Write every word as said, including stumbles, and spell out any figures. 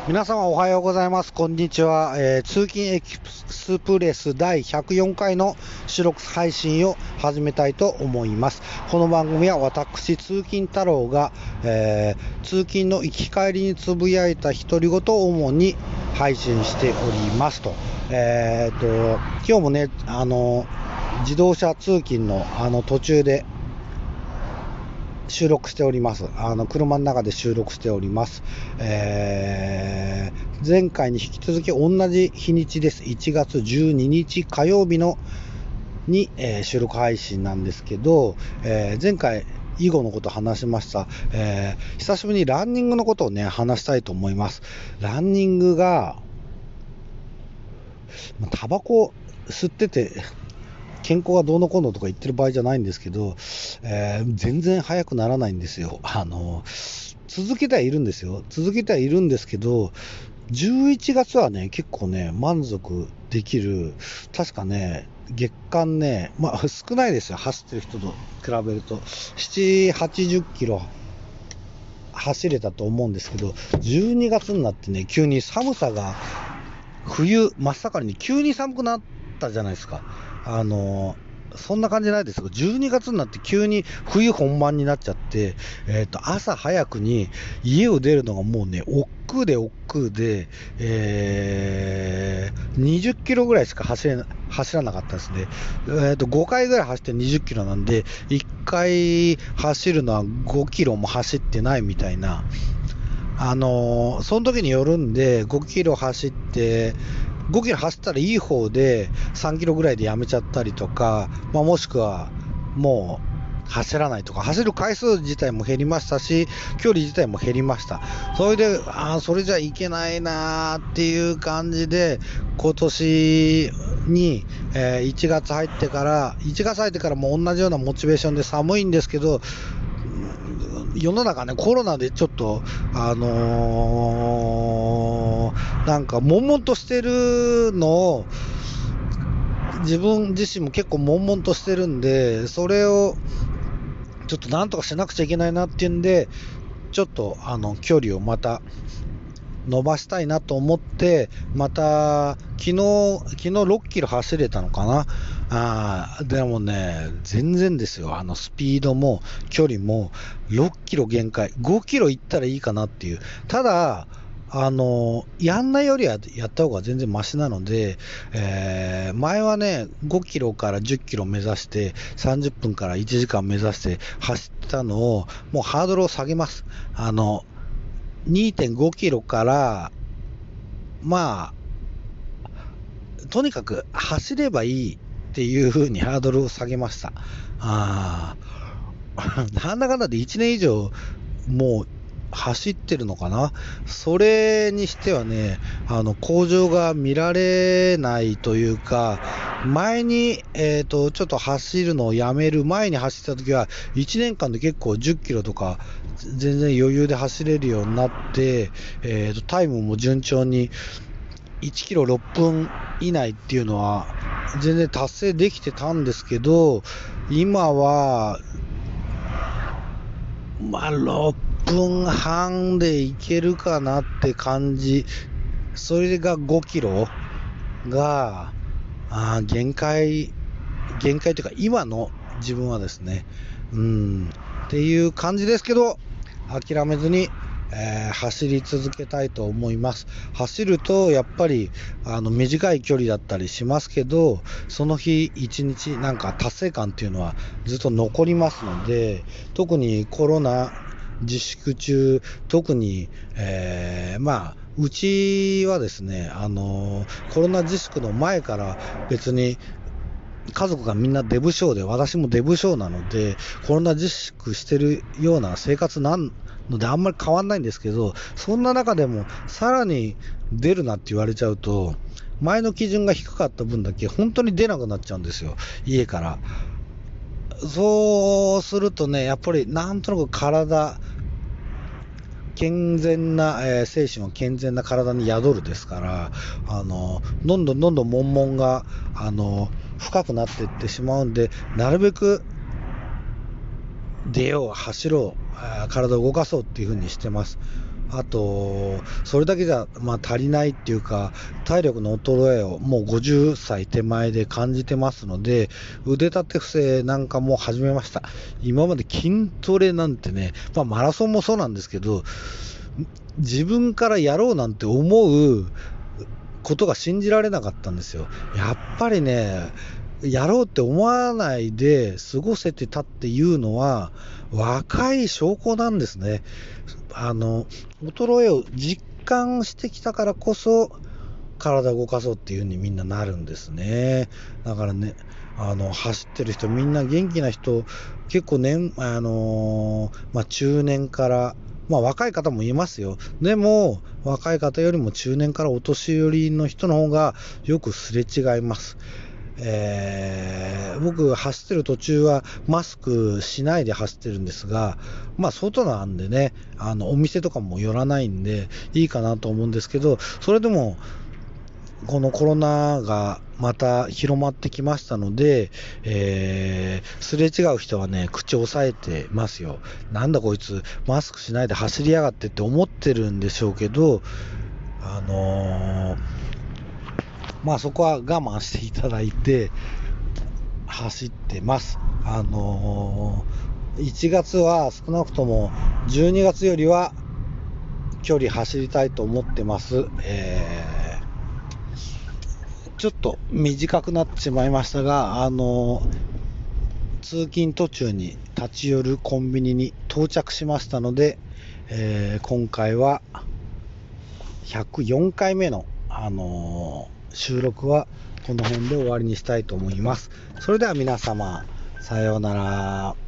皆様おはようございます。こんにちは。えー通勤エキスプレスだいひゃくよんかいの収録配信を始めたいと思います。この番組は私、通勤太郎が、えー通勤の行き帰りにつぶやいた独り言を主に配信しておりますと。えーと、今日もね、あの、自動車通勤のあの途中で収録しております。あの車の中で収録しております。えー前回に引き続き同じ日にちです。いちがつじゅうににち火曜日のに、えー収録配信なんですけど、えー前回囲碁のこと話しました、えー久しぶりにランニングのことをね話したいと思います。ランニングがまあタバコ吸ってて健康がどうのこうのとか言ってる場合じゃないんですけど、えー全然速くならないんですよ。あの続けてはいるんですよ。続けてはいるんですけど、じゅういちがつはね、結構ね、満足できる、確かね、月間ね、まあ少ないですよ、走ってる人と比べると。ななじゅう、はちじゅっキロ走れたと思うんですけど、じゅうにがつになってね、急に寒さが、冬真っ盛りに急に寒くなったじゃないですか。あのそんな感じないですけど、じゅうにがつになって急に冬本番になっちゃって、えー、と朝早くに家を出るのがもうね、億劫で億劫で、えー、にじゅっキロぐらいしか走れな走らなかったですね。えー、とごかいぐらい走ってにじゅっキロなんで、いっかい走るのはごキロも走ってないみたいな。あのーその時によるんで、ごキロ走って、ごキロ走ったらいい方でさんキロぐらいでやめちゃったりとか、まあ、もしくはもう走らないとか、走る回数自体も減りましたし、距離自体も減りました。それで、あーそれじゃいけないなーっていう感じで、今年に、えーいちがつ入ってから、いちがつ入ってからも同じようなモチベーションで寒いんですけど、世の中ね、コロナでちょっと、あのーなんか、悶々としてるのを、自分自身も結構悶々としてるんで、それをちょっとなんとかしなくちゃいけないなっていうんで、ちょっと、あの、距離をまた伸ばしたいなと思って、また、昨日、昨日ろっキロ走れたのかな。あーでもね、全然ですよ。あの、スピードも距離もろっキロ限界。ごキロ行ったらいいかなっていう。ただ、あの、やんないよりはやった方が全然マシなので、えー前はね、ごキロからじゅっキロ目指して、さんじゅっぷんからいちじかん目指して走ったのを、もうハードルを下げます。あの、にてんごキロから、まあ、とにかく走ればいいっていう風にハードルを下げました。あーなんだかんだでいちねん以上、もう走ってるのかな。それにしてはね、あの向上が見られないというか、前に、えーと、ちょっと走るのをやめる前に走った時は、いちねんかんで結構じゅっキロとか、全然余裕で走れるようになって、えーと、タイムも順調にいちキロろっぷん以内っていうのは全然達成できてたんですけど、今はまあろっぷんはんでいけるかなって感じ。それがごキロがあー限界限界というか今の自分はですね、うんっていう感じですけど、諦めずに、えー走り続けたいと思います。走るとやっぱりあの短い距離だったりしますけど、その日一日なんか達成感っていうのはずっと残りますので、特にコロナ自粛中、特に、えーまあうちはですね、あのコロナ自粛の前から別に家族がみんなデブ症で、私もデブ症なので、コロナ自粛してるような生活なんのであんまり変わんないんですけど、そんな中でもさらに出るなって言われちゃうと、前の基準が低かった分だけ本当に出なくなっちゃうんですよ、家から。そうするとね、やっぱりなんとなく体、健全な、えー精神は健全な体に宿るですから、あのどんどんどんどん悶々があの深くなっていってしまうんで、なるべく出よう、走ろう、あー体を動かそうっていう風にしてます。 あと、それだけじゃ、まあ、足りないっていうか、体力の衰えをもうごじゅっさい手前で感じてますので、腕立て伏せなんかも始めました。今まで筋トレなんてね、まあ、マラソンもそうなんですけど、自分からやろうなんて思うことが信じられなかったんですよ。やっぱりね、やろうって思わないで過ごせてたっていうのは若い証拠なんですね。あの衰えを実感してきたからこそ体を動かそうっていう風にみんななるんですね。だからね、あの走ってる人みんな元気な人結構ね、あのーまあ、中年からまあ若い方もいますよ。でも若い方よりも中年からお年寄りの人の方がよくすれ違います。えー、僕走ってる途中はマスクしないで走ってるんですが、まあ外なんでね、あのお店とかも寄らないんでいいかなと思うんですけど、それでもこのコロナがまた広まってきましたので、えー、すれ違う人はね、口を押さえてますよ。なんだこいつマスクしないで走りやがってって思ってるんでしょうけど、あのー、まあそこは我慢していただいて走ってます。あのー、いちがつは少なくともじゅうにがつよりは距離走りたいと思ってます。えーちょっと短くなってしまいましたが、あの通勤途中に立ち寄るコンビニに到着しましたので、えー今回はひゃくよんかいめの、あのー収録はこの辺で終わりにしたいと思います。それでは皆様、さようなら。